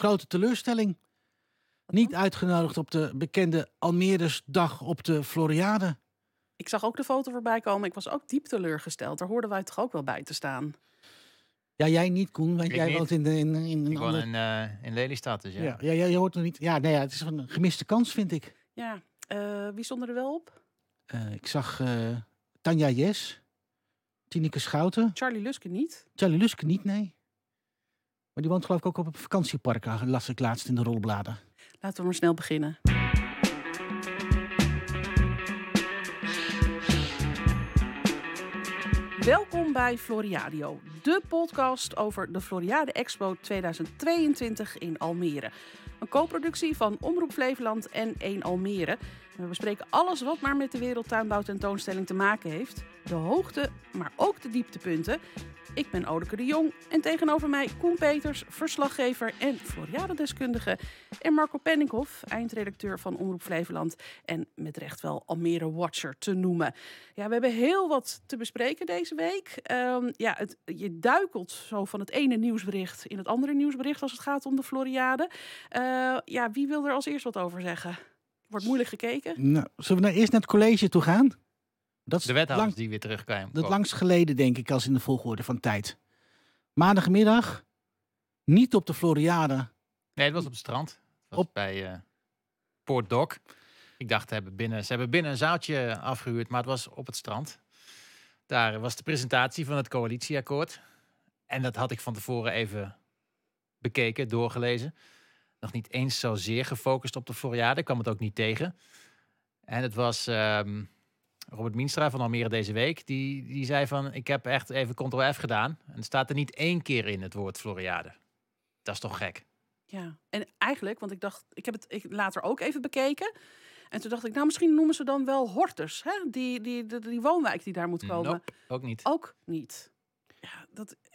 grote teleurstelling. Niet uitgenodigd op de bekende Almeresdag op de Floriade. Ik zag ook de foto voorbij komen. Ik was ook diep teleurgesteld. Daar hoorden wij toch ook wel bij te staan. Ja, jij niet, Koen, want Ik jij niet. woont in een Ik woon ander... in Lelystad, dus ja. Ja, jij hoort er niet. Ja, nee, het is een gemiste kans, vind ik. Ja, wie stond er wel op? Ik zag Tanja Jes, Tineke Schouten, Charlie Luske niet. Charlie Luske niet, nee. Maar die woont geloof ik ook op een vakantiepark, las ik laatst in de rolbladen. Laten we maar snel beginnen. Welkom bij Floriadio, de podcast over de Floriade Expo 2022 in Almere. Een co-productie van Omroep Flevoland en 1 Almere. We bespreken alles wat maar met de Wereldtuinbouwtentoonstelling te maken heeft. De hoogte, maar ook de dieptepunten. Ik ben Odeke de Jong en tegenover mij Koen Peters, verslaggever en Floriade-deskundige. En Marco Penninghoff, eindredacteur van Omroep Flevoland en met recht wel Almere Watcher te noemen. Ja, we hebben heel wat te bespreken deze week. Je duikelt zo van het ene nieuwsbericht in het andere nieuwsbericht als het gaat om de Floriade. Wie wil er als eerst wat over zeggen? Wordt moeilijk gekeken. Nou, zullen we nou eerst naar het college toe gaan? Dat is De wethouders die weer terugkwamen. het langst geleden, denk ik, als in de volgorde van tijd. Maandagmiddag, niet op de Floriade. Nee, het was op het strand. Het was bij Port Dock. Ik dacht, ze hebben binnen een zaaltje afgehuurd, maar het was op het strand. Daar was de presentatie van het coalitieakkoord. En dat had ik van tevoren even bekeken, doorgelezen. Nog niet eens zozeer gefocust op de Floriade. Ik kwam het ook niet tegen. En het was Robert Mienstra van Almere deze week. Die zei van, ik heb echt even Ctrl-F gedaan. En er staat er niet 1 keer in het woord Floriade. Dat is toch gek? Ja, en eigenlijk, want ik heb het later ook even bekeken. En toen dacht ik, nou misschien noemen ze dan wel Hortus. Hè? Die woonwijk die daar moet komen. Nope, ook niet. Ook niet. Ja,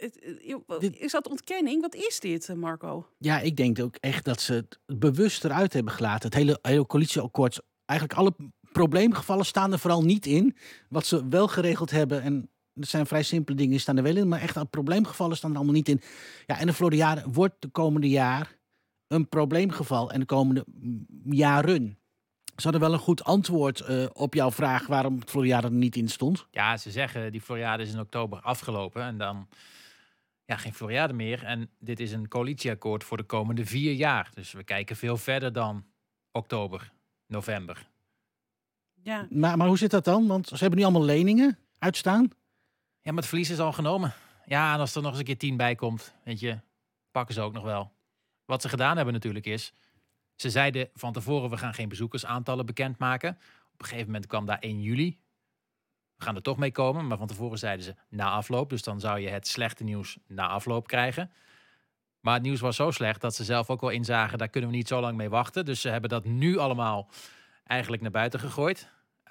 is dat ontkenning? Wat is dit, Marco? Ja, ik denk ook echt dat ze het bewust eruit hebben gelaten. Het hele coalitieakkoord, eigenlijk alle probleemgevallen staan er vooral niet in. Wat ze wel geregeld hebben, en dat zijn vrij simpele dingen, staan er wel in. Maar echt al probleemgevallen staan er allemaal niet in. Ja, en de Floriade wordt de komende jaar een probleemgeval. En de komende jaren. Ze hadden wel een goed antwoord op jouw vraag waarom het Floriade er niet in stond. Ja, ze zeggen die Floriade is in oktober afgelopen. En dan geen Floriade meer. En dit is een coalitieakkoord voor de komende 4 jaar. Dus we kijken veel verder dan oktober, november. Ja. Maar hoe zit dat dan? Want ze hebben nu allemaal leningen uitstaan. Ja, maar het verlies is al genomen. Ja, en als er nog eens een keer 10 bij komt, weet je, pakken ze ook nog wel. Wat ze gedaan hebben natuurlijk is, ze zeiden van tevoren, we gaan geen bezoekersaantallen bekendmaken. Op een gegeven moment kwam daar 1 juli. We gaan er toch mee komen, maar van tevoren zeiden ze na afloop. Dus dan zou je het slechte nieuws na afloop krijgen. Maar het nieuws was zo slecht dat ze zelf ook wel inzagen, daar kunnen we niet zo lang mee wachten. Dus ze hebben dat nu allemaal eigenlijk naar buiten gegooid.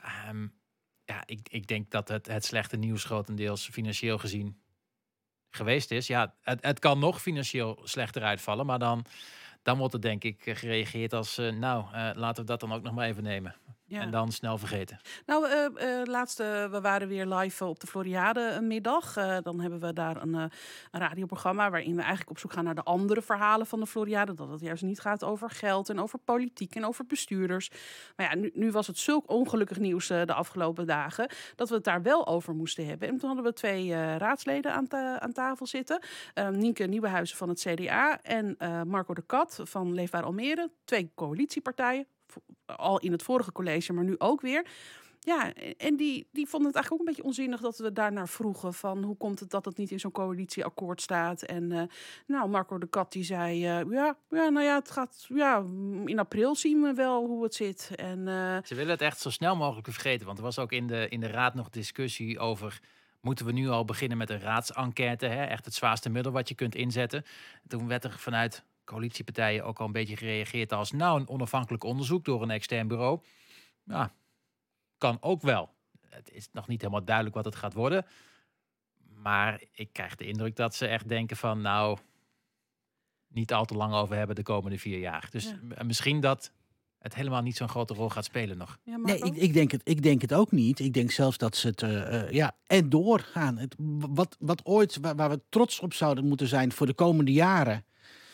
Ik denk dat het slechte nieuws grotendeels financieel gezien geweest is. Ja, het kan nog financieel slechter uitvallen, maar dan wordt er denk ik gereageerd als, laten we dat dan ook nog maar even nemen. Ja. En dan snel vergeten. Nou, we waren weer live op de Floriade een middag. Dan hebben we daar een radioprogramma waarin we eigenlijk op zoek gaan naar de andere verhalen van de Floriade. Dat het juist niet gaat over geld en over politiek en over bestuurders. Maar ja, nu was het zulk ongelukkig nieuws de afgelopen dagen dat we het daar wel over moesten hebben. En toen hadden we 2 raadsleden aan tafel zitten. Nienke Nieuwenhuizen van het CDA en Marco de Kat van Leefbaar Almere. 2 coalitiepartijen. Al in het vorige college, maar nu ook weer. Ja, en die vonden het eigenlijk ook een beetje onzinnig dat we daarnaar vroegen van hoe komt het dat het niet in zo'n coalitieakkoord staat. En Marco de Kat die zei, het gaat, in april zien we wel hoe het zit. En, Ze willen het echt zo snel mogelijk vergeten, want er was ook in de raad nog discussie over, moeten we nu al beginnen met een raadsenquête, hè? Echt het zwaarste middel wat je kunt inzetten. Toen werd er vanuit coalitiepartijen ook al een beetje gereageerd als, een onafhankelijk onderzoek door een extern bureau. Ja, kan ook wel. Het is nog niet helemaal duidelijk wat het gaat worden. Maar ik krijg de indruk dat ze echt denken van, niet al te lang over hebben de komende 4 jaar. Dus misschien dat het helemaal niet zo'n grote rol gaat spelen nog. Ja, Nee, ik denk het ook niet. Ik denk zelfs dat ze het en doorgaan. Wat ooit, waar we trots op zouden moeten zijn voor de komende jaren.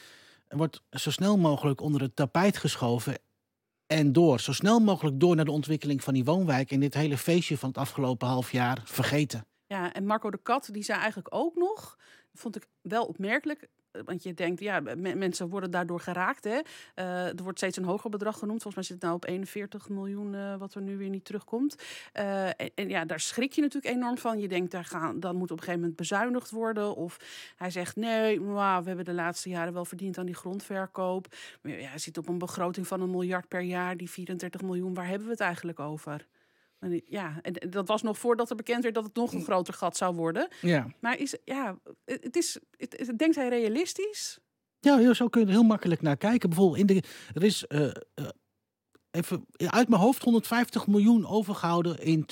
wordt zo snel mogelijk onder het tapijt geschoven en zo snel mogelijk door naar de ontwikkeling van die woonwijk en dit hele feestje van het afgelopen half jaar vergeten. Ja, en Marco de Kat, die zei eigenlijk ook nog, vond ik wel opmerkelijk, want je denkt, ja, mensen worden daardoor geraakt. Hè? Er wordt steeds een hoger bedrag genoemd. Volgens mij zit het nou op 41 miljoen, wat er nu weer niet terugkomt. En ja, daar schrik je natuurlijk enorm van. Je denkt, dan moet op een gegeven moment bezuinigd worden. Of hij zegt, nee, we hebben de laatste jaren wel verdiend aan die grondverkoop. Maar ja, hij zit op een begroting van 1 miljard per jaar. Die 34 miljoen, waar hebben we het eigenlijk over? Ja, en dat was nog voordat er bekend werd dat het nog een groter gat zou worden. Ja. Maar denkt hij realistisch? Ja, zo kun je er heel makkelijk naar kijken. Bijvoorbeeld, er is even uit mijn hoofd 150 miljoen overgehouden in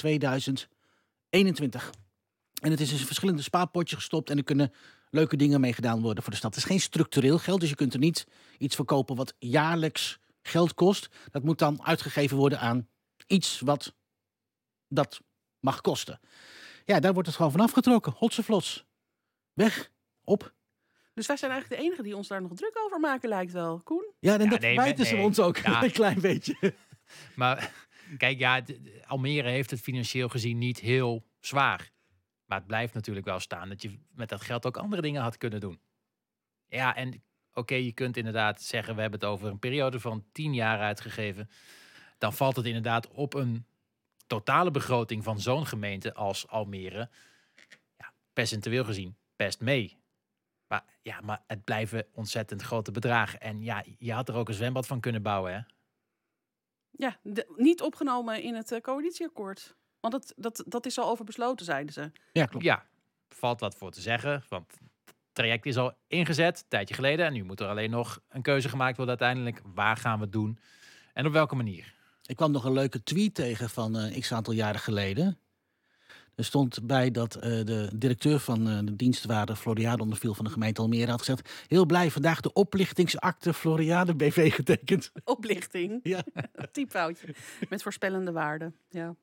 2021. En het is in verschillende spaarpotjes gestopt en er kunnen leuke dingen mee gedaan worden voor de stad. Het is geen structureel geld, dus je kunt er niet iets verkopen wat jaarlijks geld kost. Dat moet dan uitgegeven worden aan iets wat dat mag kosten. Ja, daar wordt het gewoon van afgetrokken. Hotseflots. Weg. Op. Dus wij zijn eigenlijk de enigen die ons daar nog druk over maken, lijkt wel. Koen? Ja, en dat verwijten ze ons ook een klein beetje. Maar kijk, ja, Almere heeft het financieel gezien niet heel zwaar. Maar het blijft natuurlijk wel staan dat je met dat geld ook andere dingen had kunnen doen. Ja, en oké, je kunt inderdaad zeggen, we hebben het over een periode van 10 jaar uitgegeven. Dan valt het inderdaad op een totale begroting van zo'n gemeente als Almere, ja, percentueel gezien, best mee. Maar het blijven ontzettend grote bedragen. En ja, je had er ook een zwembad van kunnen bouwen, hè? Ja, niet opgenomen in het coalitieakkoord. Want dat is al over besloten, zeiden ze. Ja, klopt. Ja, valt wat voor te zeggen. Want het traject is al ingezet, een tijdje geleden. En nu moet er alleen nog een keuze gemaakt worden uiteindelijk. Waar gaan we het doen? En op welke manier? Ik kwam nog een leuke tweet tegen van x aantal jaren geleden. Er stond bij dat de directeur van de dienstwaarde Floriade onderviel van de gemeente Almere had gezegd: heel blij, vandaag de oplichtingsakte Floriade BV getekend. Oplichting. Ja. Typfoutje. Met voorspellende waarden. Ja.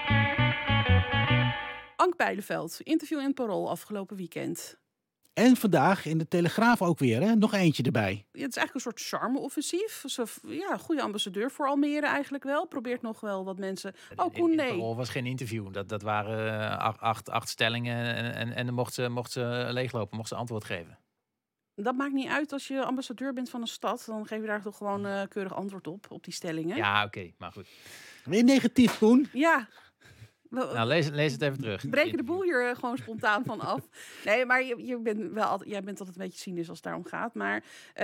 Ank Bijleveld, interview in het Parool afgelopen weekend. En vandaag in de Telegraaf ook weer, hè? Nog eentje erbij. Ja, het is eigenlijk een soort charme-offensief. Ja, goede ambassadeur voor Almere eigenlijk wel. Probeert nog wel wat mensen... Oh, Koen, nee. Het Parool was geen interview. Dat waren 8 stellingen en dan mocht ze leeglopen, mocht ze antwoord geven. Dat maakt niet uit als je ambassadeur bent van een stad. Dan geef je daar toch gewoon keurig antwoord op die stellingen. Ja, oké, maar goed. Weer negatief, Koen. Ja. Nou, lees het even terug. We breken de boel hier gewoon spontaan van af. Nee, maar jij bent altijd een beetje cynisch als het daarom gaat. Maar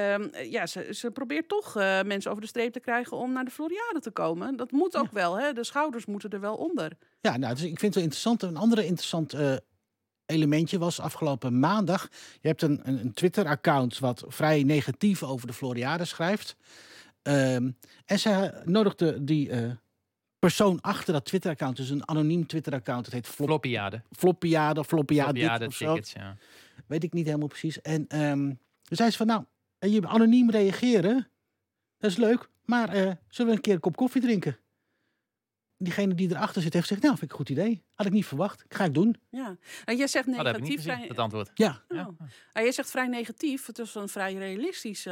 ze probeert toch mensen over de streep te krijgen om naar de Floriade te komen. Dat moet ook wel, hè? De schouders moeten er wel onder. Ja, nou, dus ik vind het wel interessant. Een andere interessant elementje was afgelopen maandag. Je hebt een Twitter-account wat vrij negatief over de Floriade schrijft. En ze nodigde die... persoon achter dat Twitter-account, dus een anoniem Twitter-account, dat heet Floppiade. Floppiade tickets, ja. Weet ik niet helemaal precies. En toen zei ze van, nou, je anoniem reageren, dat is leuk, maar zullen we een keer een kop koffie drinken? Diegene die erachter zit heeft gezegd, nou, vind ik een goed idee. Had ik niet verwacht, ga ik doen. Ja, nou, jij zegt Dat heb ik niet negatief. gezien, het antwoord. Ja. Oh. Nou, jij zegt vrij negatief. Het is een vrij realistisch.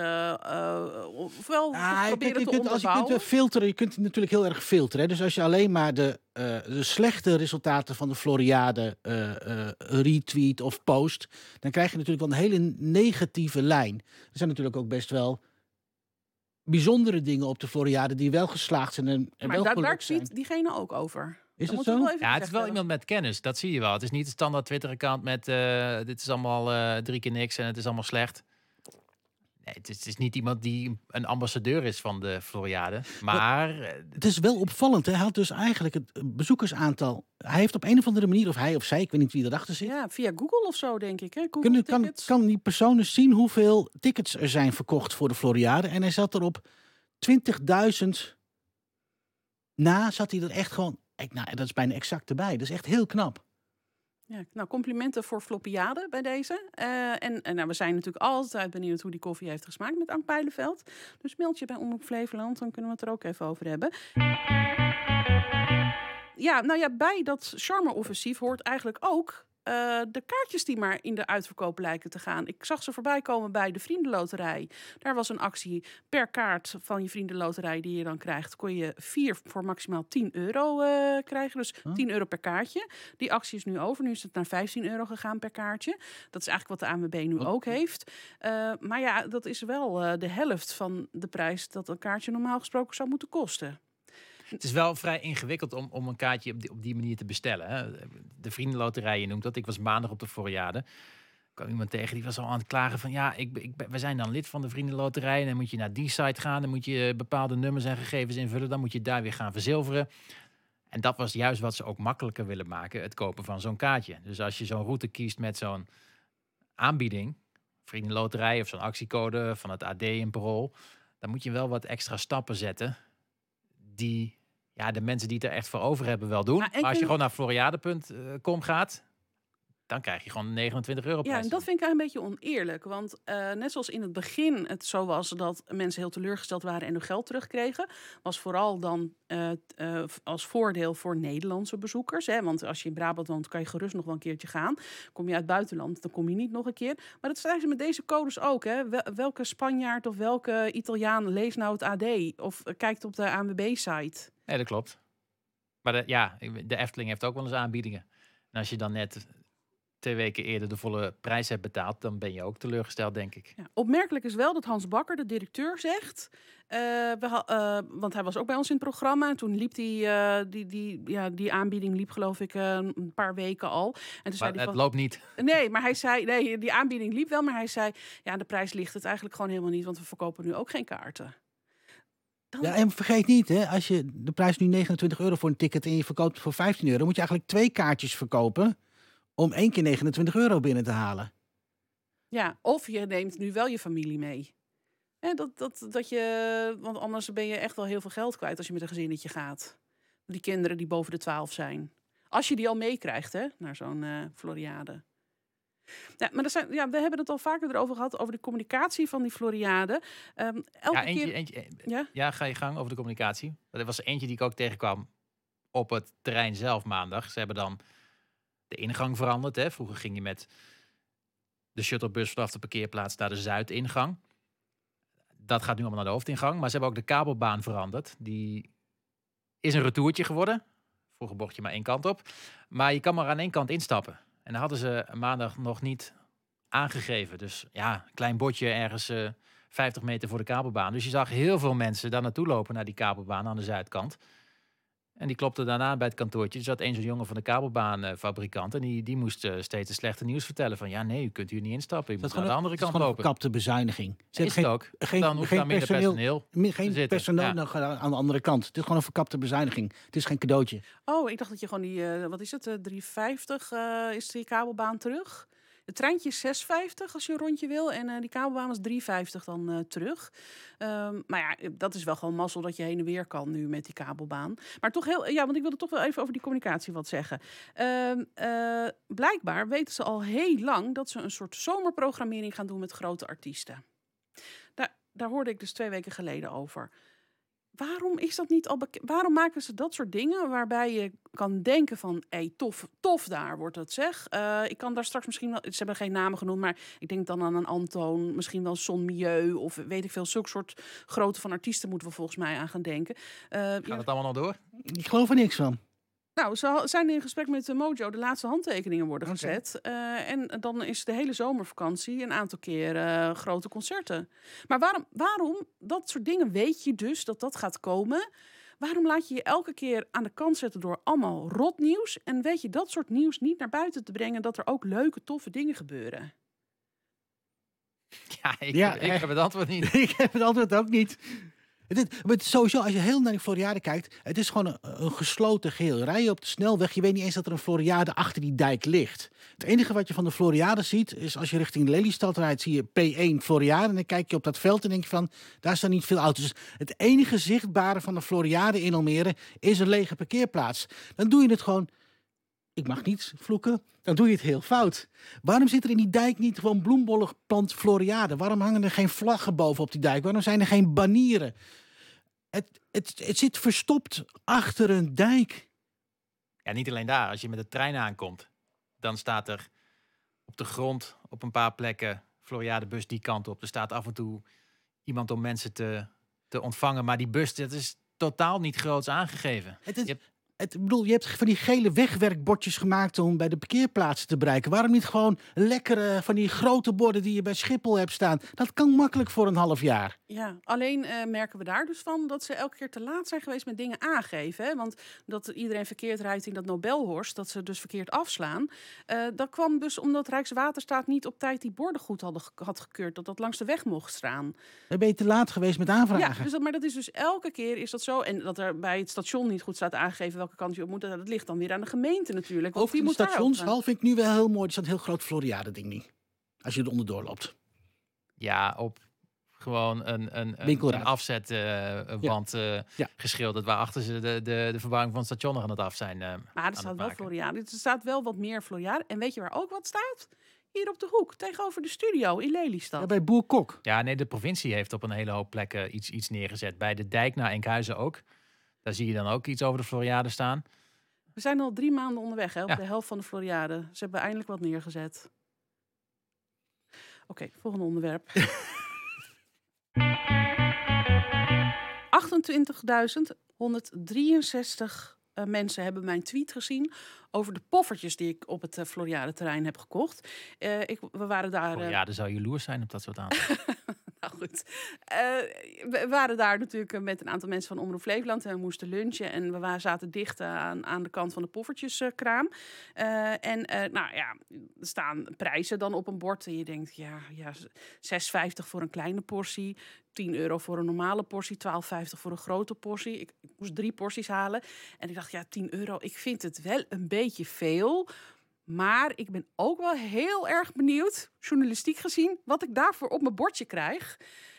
Ofwel proberen te onderbouwen. Als je kunt filteren, je kunt natuurlijk heel erg filteren. Hè? Dus als je alleen maar de slechte resultaten van de Floriade retweet of post, dan krijg je natuurlijk wel een hele negatieve lijn. Er zijn natuurlijk ook best wel bijzondere dingen op de Floriade die wel geslaagd zijn en Maar wel daar gelukt zijn. ziet diegene ook over. Is Dat het moeten we zo? wel even Ja, het is wel zeggen. iemand met kennis, dat zie je wel. Het is niet een standaard Twitter-account met dit is allemaal 3 keer niks en het is allemaal slecht. Nee, het is niet iemand die een ambassadeur is van de Floriade. Maar Het is wel opvallend. Hè? Hij had dus eigenlijk het bezoekersaantal. Hij heeft op een of andere manier, of hij of zij, ik weet niet wie erachter zit. Ja, via Google of zo, denk ik. Hè? Google tickets. Kan die persoon dus zien hoeveel tickets er zijn verkocht voor de Floriade. En hij zat er op 20.000 na, zat hij er echt gewoon. Nou, dat is bijna exact erbij. Dat is echt heel knap. Ja, nou, complimenten voor Floppiade bij deze. En we zijn natuurlijk altijd benieuwd hoe die koffie heeft gesmaakt met Ank Bijleveld. Dus meld je bij Omroep Flevoland, dan kunnen we het er ook even over hebben. Ja, nou ja, bij dat charme-offensief hoort eigenlijk ook de kaartjes die maar in de uitverkoop lijken te gaan. Ik zag ze voorbij komen bij de Vriendenloterij. Daar was een actie per kaart van je Vriendenloterij die je dan krijgt. Kon je 4 voor maximaal €10 krijgen. Dus €10 per kaartje. Die actie is nu over. Nu is het naar €15 gegaan per kaartje. Dat is eigenlijk wat de ANWB nu ook heeft. Maar ja, dat is wel de helft van de prijs dat een kaartje normaal gesproken zou moeten kosten. Het is wel vrij ingewikkeld om een kaartje op die manier te bestellen. Hè? De Vriendenloterij, je noemt dat. Ik was maandag op de Floriade. Er kwam iemand tegen, die was al aan het klagen van... ja, we zijn dan lid van de Vriendenloterij... en dan moet je naar die site gaan... dan moet je bepaalde nummers en gegevens invullen... dan moet je daar weer gaan verzilveren. En dat was juist wat ze ook makkelijker willen maken... het kopen van zo'n kaartje. Dus als je zo'n route kiest met zo'n aanbieding... Vriendenloterij of zo'n actiecode van het AD en Parool... dan moet je wel wat extra stappen zetten... die de mensen die het er echt voor over hebben wel doen. Maar als je gewoon naar Floriade.com gaat... dan krijg je gewoon €29 prijs. Ja, en dat vind ik eigenlijk een beetje oneerlijk. Want net zoals in het begin het zo was dat mensen heel teleurgesteld waren en hun geld terugkregen, was vooral dan als voordeel voor Nederlandse bezoekers. Hè? Want als je in Brabant woont, kan je gerust nog wel een keertje gaan. Kom je uit het buitenland, dan kom je niet nog een keer. Maar dat zijn ze met deze codes ook. Hè? Welke Spanjaard of welke Italiaan leest nou het AD? Of kijkt op de ANWB-site? Nee, dat klopt. Maar de Efteling heeft ook wel eens aanbiedingen. En als je dan net 2 weken eerder de volle prijs hebt betaald, dan ben je ook teleurgesteld, denk ik. Ja, opmerkelijk is wel dat Hans Bakker, de directeur, zegt... want hij was ook bij ons in het programma. En toen liep die aanbieding liep geloof ik een paar weken al. En toen maar het loopt niet. Nee, maar hij zei... Nee, die aanbieding liep wel, maar hij zei... Ja, de prijs ligt het eigenlijk gewoon helemaal niet, want we verkopen nu ook geen kaarten. Ja, en vergeet niet, hè, als je de prijs nu €29 voor een ticket en je verkoopt voor €15... moet je eigenlijk 2 kaartjes verkopen om 1 keer €29 binnen te halen. Ja, of je neemt nu wel je familie mee. Want anders ben je echt wel heel veel geld kwijt als je met een gezinnetje gaat. Die kinderen die boven de 12 zijn. Als je die al meekrijgt, hè, naar zo'n Floriade. Ja, maar we hebben het al vaker erover gehad, over de communicatie van die Floriade. Ja, ga je gang over de communicatie. Er was eentje die ik ook tegenkwam op het terrein zelf maandag. Ze hebben dan de ingang veranderd. Hè. Vroeger ging je met de shuttlebus vanaf de parkeerplaats naar de zuidingang. Dat gaat nu allemaal naar de hoofdingang. Maar ze hebben ook de kabelbaan veranderd. Die is een retourtje geworden. Vroeger mocht je maar 1 kant op. Maar je kan maar aan 1 kant instappen. En dat hadden ze maandag nog niet aangegeven. Dus ja, klein bordje ergens 50 meter voor de kabelbaan. Dus je zag heel veel mensen daar naartoe lopen naar die kabelbaan aan de zuidkant. En die klopte daarna bij het kantoortje. Er zat een zo'n jongen van de kabelbaanfabrikant. En die moest steeds het slechte nieuws vertellen. Van ja, nee, u kunt hier niet instappen. U moet naar de andere kant lopen. Een verkapte bezuiniging. Ze is het ook. Dan hoeft daar minder personeel geen personeel aan de andere kant. Het is gewoon een verkapte bezuiniging. Het is geen cadeautje. Oh, ik dacht dat je gewoon die, wat is het, 3,50 is die kabelbaan terug. Het treintje is 6,50 als je een rondje wil. En die kabelbaan was 3,50 dan terug. Maar ja, dat is wel gewoon mazzel dat je heen en weer kan nu met die kabelbaan. Maar toch want ik wilde toch wel even over die communicatie wat zeggen. Blijkbaar weten ze al heel lang dat ze een soort zomerprogrammering gaan doen met grote artiesten. Daar hoorde ik dus 2 weken geleden over. Waarom is dat niet al bekend? Waarom maken ze dat soort dingen waarbij je kan denken van, tof daar wordt het zeg. Ik kan daar straks misschien wel, ze hebben geen namen genoemd, maar ik denk dan aan een Antoon, misschien wel Son Milieu of weet ik veel, zulke soort grootte van artiesten moeten we volgens mij aan gaan denken. Gaat het allemaal nog door? Ik geloof er niks van. Nou, ze zijn in gesprek met Mojo, de laatste handtekeningen worden gezet. En dan is de hele zomervakantie een aantal keer grote concerten. Maar waarom, dat soort dingen weet je dus dat gaat komen. Waarom laat je je elke keer aan de kant zetten door allemaal rotnieuws? En weet je dat soort nieuws niet naar buiten te brengen, dat er ook leuke, toffe dingen gebeuren? Ja, ik heb het antwoord niet. Ik heb het antwoord ook niet. Het sowieso, als je heel naar de Floriade kijkt, het is gewoon een gesloten geheel. Rij je op de snelweg, je weet niet eens dat er een Floriade achter die dijk ligt. Het enige wat je van de Floriade ziet, is als je richting Lelystad rijdt, zie je P1 Floriade. En dan kijk je op dat veld en denk je van, daar staan niet veel auto's. Dus het enige zichtbare van de Floriade in Almere is een lege parkeerplaats. Dan doe je het gewoon, ik mag niet vloeken, dan doe je het heel fout. Waarom zit er in die dijk niet gewoon bloembollen geplant Floriade? Waarom hangen er geen vlaggen boven op die dijk? Waarom zijn er geen banieren? Het zit verstopt achter een dijk. Ja, niet alleen daar. Als je met de trein aankomt dan staat er op de grond op een paar plekken Floriade-bus die kant op. Er staat af en toe iemand om mensen te ontvangen. Maar die bus, dat is totaal niet groots aangegeven. Je hebt van die gele wegwerkbordjes gemaakt om bij de parkeerplaatsen te bereiken. Waarom niet gewoon lekkere van die grote borden die je bij Schiphol hebt staan? Dat kan makkelijk voor een half jaar. Ja, alleen merken we daar dus van dat ze elke keer te laat zijn geweest met dingen aangeven. Hè? Want dat iedereen verkeerd rijdt in dat Nobelhorst, dat ze dus verkeerd afslaan. Dat kwam dus omdat Rijkswaterstaat niet op tijd die borden goed had gekeurd. Dat langs de weg mocht staan. Dan ben je te laat geweest met aanvragen. Ja, maar dat is dus elke keer is dat zo. En dat er bij het station niet goed staat aangegeven welke kant je op moet. Dat ligt dan weer aan de gemeente natuurlijk. Over de stationshal vind ik nu wel heel mooi. Er staat een heel groot Floriade-ding niet. Als je er onderdoor loopt. Ja, op gewoon een afzetwand geschilderd. Waarachter ze de verbouwing van het station nog aan het af zijn. Maar er staat wel Floriade. Er staat wel wat meer Floriade. En weet je waar ook wat staat? Hier op de hoek, tegenover de studio in Lelystad. Ja, bij Boer Kok. Ja, nee, de provincie heeft op een hele hoop plekken iets neergezet. Bij de dijk naar Enkhuizen ook. Daar zie je dan ook iets over de Floriade staan. We zijn al 3 maanden onderweg, hè, op de helft van de Floriade. Ze hebben eindelijk wat neergezet. Oké, volgende onderwerp. 28.163 mensen hebben mijn tweet gezien over de poffertjes die ik op het Floriade-terrein heb gekocht. We waren daar... Floriade zou jaloers zijn op dat soort aantal. Nou goed. We waren daar natuurlijk met een aantal mensen van Omroep Flevoland. En we moesten lunchen. En we zaten dicht aan de kant van de poffertjeskraam. Er staan prijzen dan op een bord. En je denkt, ja, €6,50 voor een kleine portie. €10 voor een normale portie. €12,50 voor een grote portie. Ik moest 3 porties halen. En ik dacht, ja, €10. Ik vind het wel een beetje veel. Maar ik ben ook wel heel erg benieuwd, journalistiek gezien, wat ik daarvoor op mijn bordje krijg.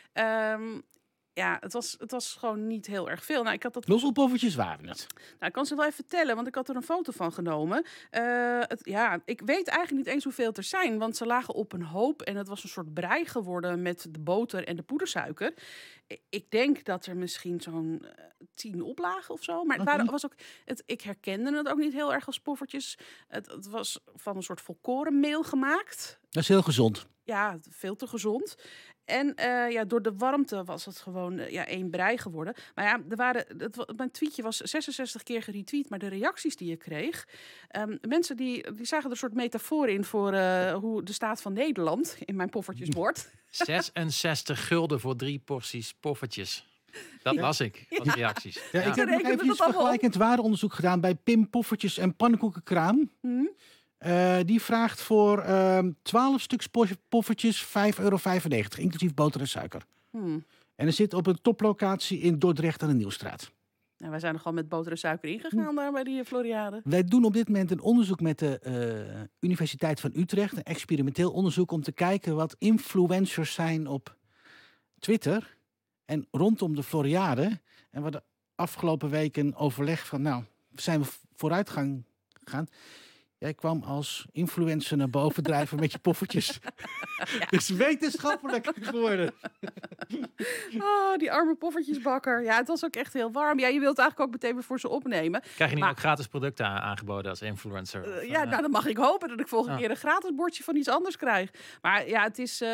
Het was gewoon niet heel erg veel. Nou, Hoeveel poffertjes waren het? Nou, ik kan ze wel even vertellen, want ik had er een foto van genomen. Ik weet eigenlijk niet eens hoeveel er zijn, want ze lagen op een hoop en het was een soort brei geworden met de boter en de poedersuiker. Ik denk dat er misschien zo'n 10 oplagen of zo. Maar ik herkende het ook niet heel erg als poffertjes. Het was van een soort volkorenmeel gemaakt. Dat is heel gezond. Ja, veel te gezond. En door de warmte was het gewoon 1 brei geworden. Maar ja, mijn tweetje was 66 keer geretweet. Maar de reacties die je kreeg... mensen die zagen er een soort metafoor in voor hoe de staat van Nederland in mijn poffertjesbord. 66 gulden voor 3 porties poffertjes. Dat las ik, wat reacties. Ja, ik heb nog even vergelijkend waardeonderzoek gedaan bij Pim Poffertjes en Pannenkoekenkraam. Die vraagt voor 12 stuks poffertjes €5,95, inclusief boter en suiker. En er zit op een toplocatie in Dordrecht aan de Nieuwstraat. Nou, wij zijn er gewoon met boter en suiker ingegaan daar bij die Floriade. Wij doen op dit moment een onderzoek met de Universiteit van Utrecht. Een experimenteel onderzoek om te kijken wat influencers zijn op Twitter. En rondom de Floriade. En we hadden afgelopen week een overleg van, zijn we vooruit gegaan? Jij kwam als influencer naar boven drijven met je poffertjes. Ja. Dus wetenschappelijk geworden. Oh, die arme poffertjesbakker. Ja, het was ook echt heel warm. Ja, je wilt eigenlijk ook meteen weer voor ze opnemen. Krijg je niet ook gratis producten aangeboden als influencer? Dan mag ik hopen dat ik volgende keer een gratis bordje van iets anders krijg. Maar ja, het is...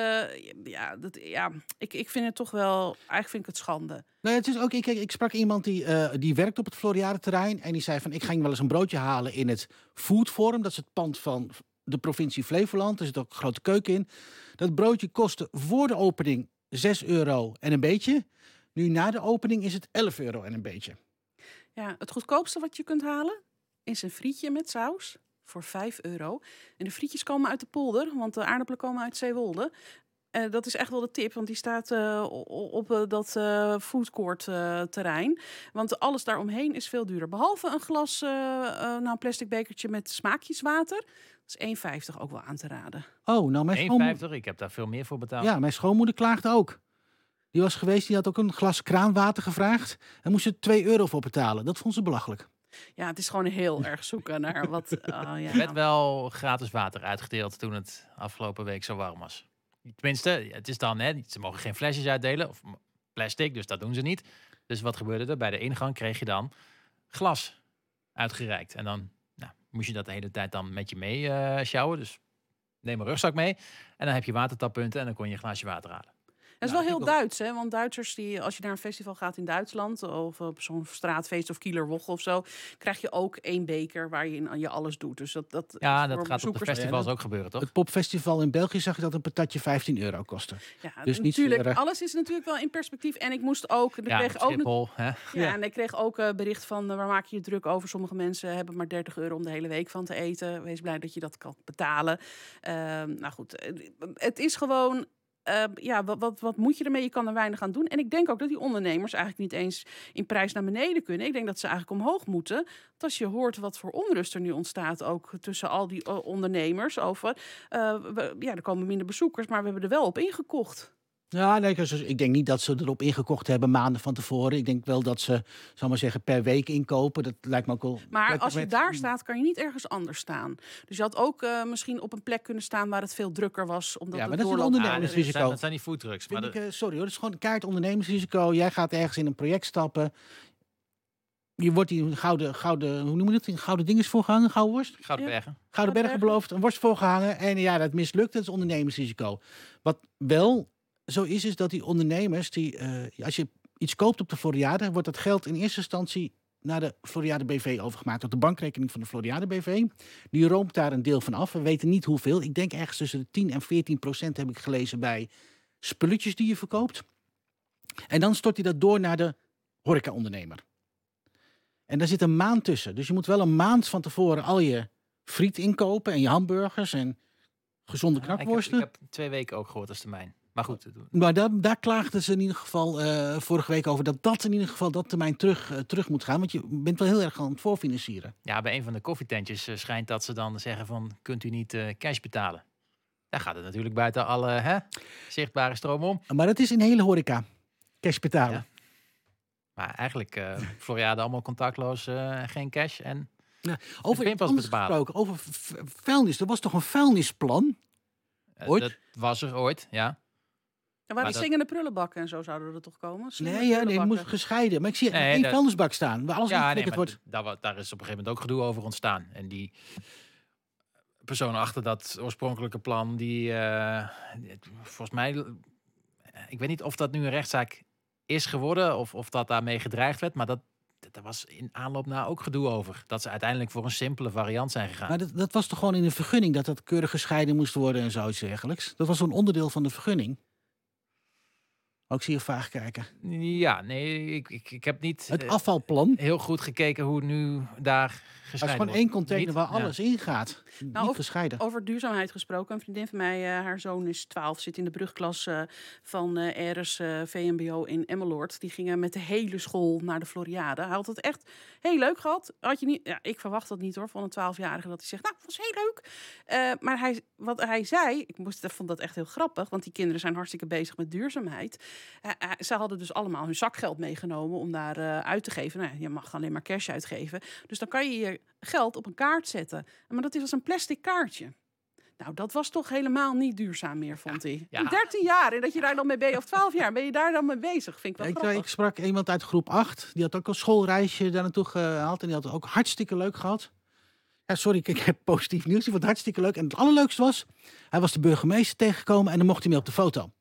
ik vind het toch wel... Eigenlijk vind ik het schande. Nou, het is ook, ik sprak iemand die werkt op het Floriade-terrein. En die zei van, ik ga wel eens een broodje halen in het Food Forum. Dat is het pand van de provincie Flevoland. Er zit ook een grote keuken in. Dat broodje kostte voor de opening €6 en een beetje. Nu na de opening is het €11 en een beetje. Ja, het goedkoopste wat je kunt halen is een frietje met saus voor €5. En de frietjes komen uit de polder, want de aardappelen komen uit Zeewolde. Dat is echt wel de tip, want die staat op dat foodcourt terrein. Want alles daaromheen is veel duurder. Behalve een glas, een plastic bekertje met smaakjeswater. Dat is €1,50 ook wel aan te raden. Oh, nou mijn €1,50? Ik heb daar veel meer voor betaald. Ja, mijn schoonmoeder klaagde ook. Die was geweest, die had ook een glas kraanwater gevraagd. En moest er €2 voor betalen. Dat vond ze belachelijk. Ja, het is gewoon heel erg zoeken naar wat... Er werd wel gratis water uitgedeeld toen het afgelopen week zo warm was. Tenminste, het is dan, ze mogen geen flesjes uitdelen of plastic, dus dat doen ze niet. Dus wat gebeurde er? Bij de ingang kreeg je dan glas uitgereikt. En dan moest je dat de hele tijd dan met je mee sjouwen. Dus neem een rugzak mee. En dan heb je watertappunten en dan kon je een glaasje water halen. Dat is wel heel Duits, hè? Want Duitsers, als je naar een festival gaat in Duitsland, of op zo'n straatfeest of Kielerwoche of zo, krijg je ook 1 beker waar je alles doet. Dus dat gaat op de festivals ook gebeuren, toch? Het popfestival in België zag je dat een patatje €15 kostte. Ja, dus natuurlijk. niet Alles is natuurlijk wel in perspectief. En ik moest ook. En ik kreeg ook bericht van waar maak je je druk over? Sommige mensen hebben maar €30 om de hele week van te eten. Wees blij dat je dat kan betalen. Nou goed, het is gewoon. Wat moet je ermee? Je kan er weinig aan doen. En ik denk ook dat die ondernemers eigenlijk niet eens in prijs naar beneden kunnen. Ik denk dat ze eigenlijk omhoog moeten. Want als je hoort wat voor onrust er nu ontstaat, ook tussen al die ondernemers over. Er komen minder bezoekers, maar we hebben er wel op ingekocht. Ja, nee, ik denk niet dat ze erop ingekocht hebben maanden van tevoren. Ik denk wel dat ze, zal maar zeggen, per week inkopen. Dat lijkt me ook wel. Maar als je daar staat, kan je niet ergens anders staan. Dus je had ook misschien op een plek kunnen staan waar het veel drukker was. Omdat maar het dat is een ondernemersrisico. Dat zijn die foodtrucks. Sorry hoor, dat is gewoon een kaart ondernemersrisico. Jij gaat ergens in een project stappen. Je wordt die gouden, hoe noem je het? Gouden dinges voorgehangen, gouden worst? Gouden bergen. Gouden bergen beloofd, een worst voorgehangen. En ja, dat mislukt, dat is ondernemersrisico. Wat wel zo is dat die ondernemers, als je iets koopt op de Floriade, wordt dat geld in eerste instantie naar de Floriade BV overgemaakt. Op de bankrekening van de Floriade BV. Die roomt daar een deel van af. We weten niet hoeveel. Ik denk ergens tussen de 10 en 14% heb ik gelezen bij spulletjes die je verkoopt. En dan stort hij dat door naar de horecaondernemer. En daar zit een maand tussen. Dus je moet wel een maand van tevoren al je friet inkopen en je hamburgers en gezonde knakworsten. Ik heb 2 weken ook gehoord als termijn. Maar goed. Maar daar klaagden ze in ieder geval vorige week over dat in ieder geval dat termijn terug moet gaan. Want je bent wel heel erg aan het voorfinancieren. Ja, bij een van de koffietentjes schijnt dat ze dan zeggen van, kunt u niet cash betalen? Daar gaat het natuurlijk buiten alle zichtbare stroom om. Maar dat is in hele horeca. Cash betalen. Ja. Maar eigenlijk Floriade allemaal contactloos, geen cash en over pinpas gesproken, over vuilnis. Er was toch een vuilnisplan? Ooit? Dat was er ooit, ja. En waar die zingende prullenbakken en zo zouden er toch komen? Nee, het moet gescheiden. Maar ik zie één vuilnisbak staan, waar alles ingeflikkerd wordt. Daar is op een gegeven moment ook gedoe over ontstaan. En die persoon achter dat oorspronkelijke plan, die volgens mij, ik weet niet of dat nu een rechtszaak is geworden of dat daarmee gedreigd werd, maar daar was in aanloop naar ook gedoe over. Dat ze uiteindelijk voor een simpele variant zijn gegaan. Maar dat was toch gewoon in de vergunning dat keurig gescheiden moest worden en zoiets dergelijks? Dat was zo'n onderdeel van de vergunning. Ook zie je vaag kijken. Ja, nee, ik heb niet het afvalplan heel goed gekeken hoe nu daar gescheiden wordt. Het is gewoon één container waar alles in gaat. Niet gescheiden. Over duurzaamheid gesproken. Een vriendin van mij, haar zoon is 12, zit in de brugklas van Eres VMBO in Emmeloord. Die gingen met de hele school naar de Floriade. Hij had het echt heel leuk gehad. Had je niet? Ja, ik verwacht dat niet hoor, van een 12-jarige dat hij zegt, nou, het was heel leuk. Maar wat hij zei, ik vond dat echt heel grappig, want die kinderen zijn hartstikke bezig met duurzaamheid. Ze hadden dus allemaal hun zakgeld meegenomen om daar uit te geven. Nou, je mag alleen maar cash uitgeven. Dus dan kan je je geld op een kaart zetten. Maar dat was een plastic kaartje. Nou, dat was toch helemaal niet duurzaam meer, vond hij. Ja. 13 jaar en dat je daar dan mee bezig, of 12 jaar, ben je daar dan mee bezig? Vind ik wel grappig. Ik sprak iemand uit groep 8. Die had ook een schoolreisje daar naartoe gehaald. En die had het ook hartstikke leuk gehad. Ja, sorry, ik heb positief nieuws. Die vond het hartstikke leuk. En het allerleukste was, hij was de burgemeester tegengekomen en dan mocht hij mee op de foto.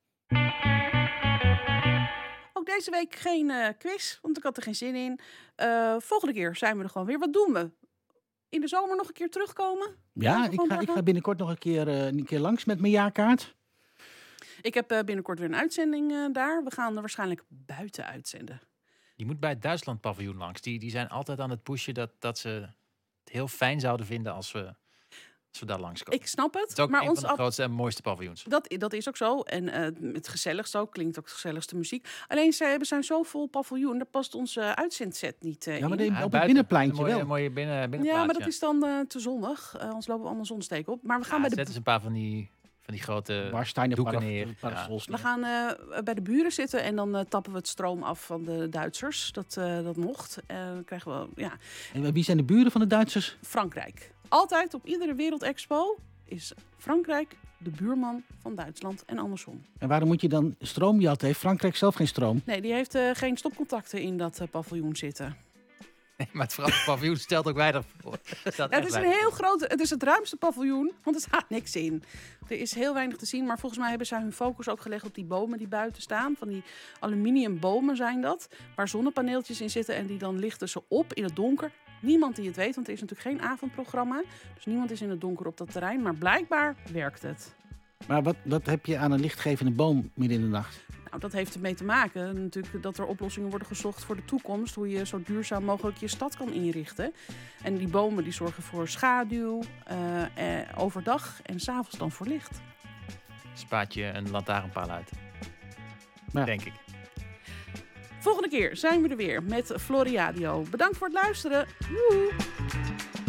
Ook deze week geen quiz, want ik had er geen zin in. Volgende keer zijn we er gewoon weer. Wat doen we? In de zomer nog een keer terugkomen? Ja, ik ga binnenkort nog een keer langs met mijn jaarkaart. Ik heb binnenkort weer een uitzending daar. We gaan er waarschijnlijk buiten uitzenden. Je moet bij het Duitsland-paviljoen langs. Die zijn altijd aan het pushen dat ze het heel fijn zouden vinden als we daar langskomen. Ik snap het. Het is ook maar een van de grootste en mooiste paviljoens. Dat is ook zo. En het gezelligste ook. Klinkt ook de gezelligste muziek. Alleen ze zijn zo vol paviljoen. Daar past onze uitzendset niet in. Ja, maar op het binnenpleintje wel. Een mooie binnenplaats. Ja, maar dat is dan te zonnig. Anders lopen we allemaal zonnesteek op. Maar we gaan bij de... Zetten ze een paar van die grote doeken neer. We gaan bij de buren zitten en dan tappen we het stroom af van de Duitsers. Dat mocht. Dan krijgen we, ja. En wie zijn de buren van de Duitsers? Frankrijk. Altijd op iedere Wereldexpo is Frankrijk de buurman van Duitsland en andersom. En waarom moet je dan stroom jatten? Heeft Frankrijk zelf geen stroom? Nee, die heeft geen stopcontacten in dat paviljoen zitten. Maar het paviljoen stelt ook weinig voor. Het is een heel groot, het is het ruimste paviljoen, want er staat niks in. Er is heel weinig te zien, maar volgens mij hebben zij hun focus ook gelegd op die bomen die buiten staan. Van die aluminium bomen zijn dat, waar zonnepaneeltjes in zitten en die dan lichten ze op in het donker. Niemand die het weet, want er is natuurlijk geen avondprogramma. Dus niemand is in het donker op dat terrein, maar blijkbaar werkt het. Maar wat heb je aan een lichtgevende boom midden in de nacht? Nou, dat heeft ermee te maken natuurlijk dat er oplossingen worden gezocht voor de toekomst. Hoe je zo duurzaam mogelijk je stad kan inrichten. En die bomen die zorgen voor schaduw, overdag en 's avonds dan voor licht. Spaat je een lantaarnpaal uit. Ja. Denk ik. Volgende keer zijn we er weer met Floriadio. Bedankt voor het luisteren. Woehoe!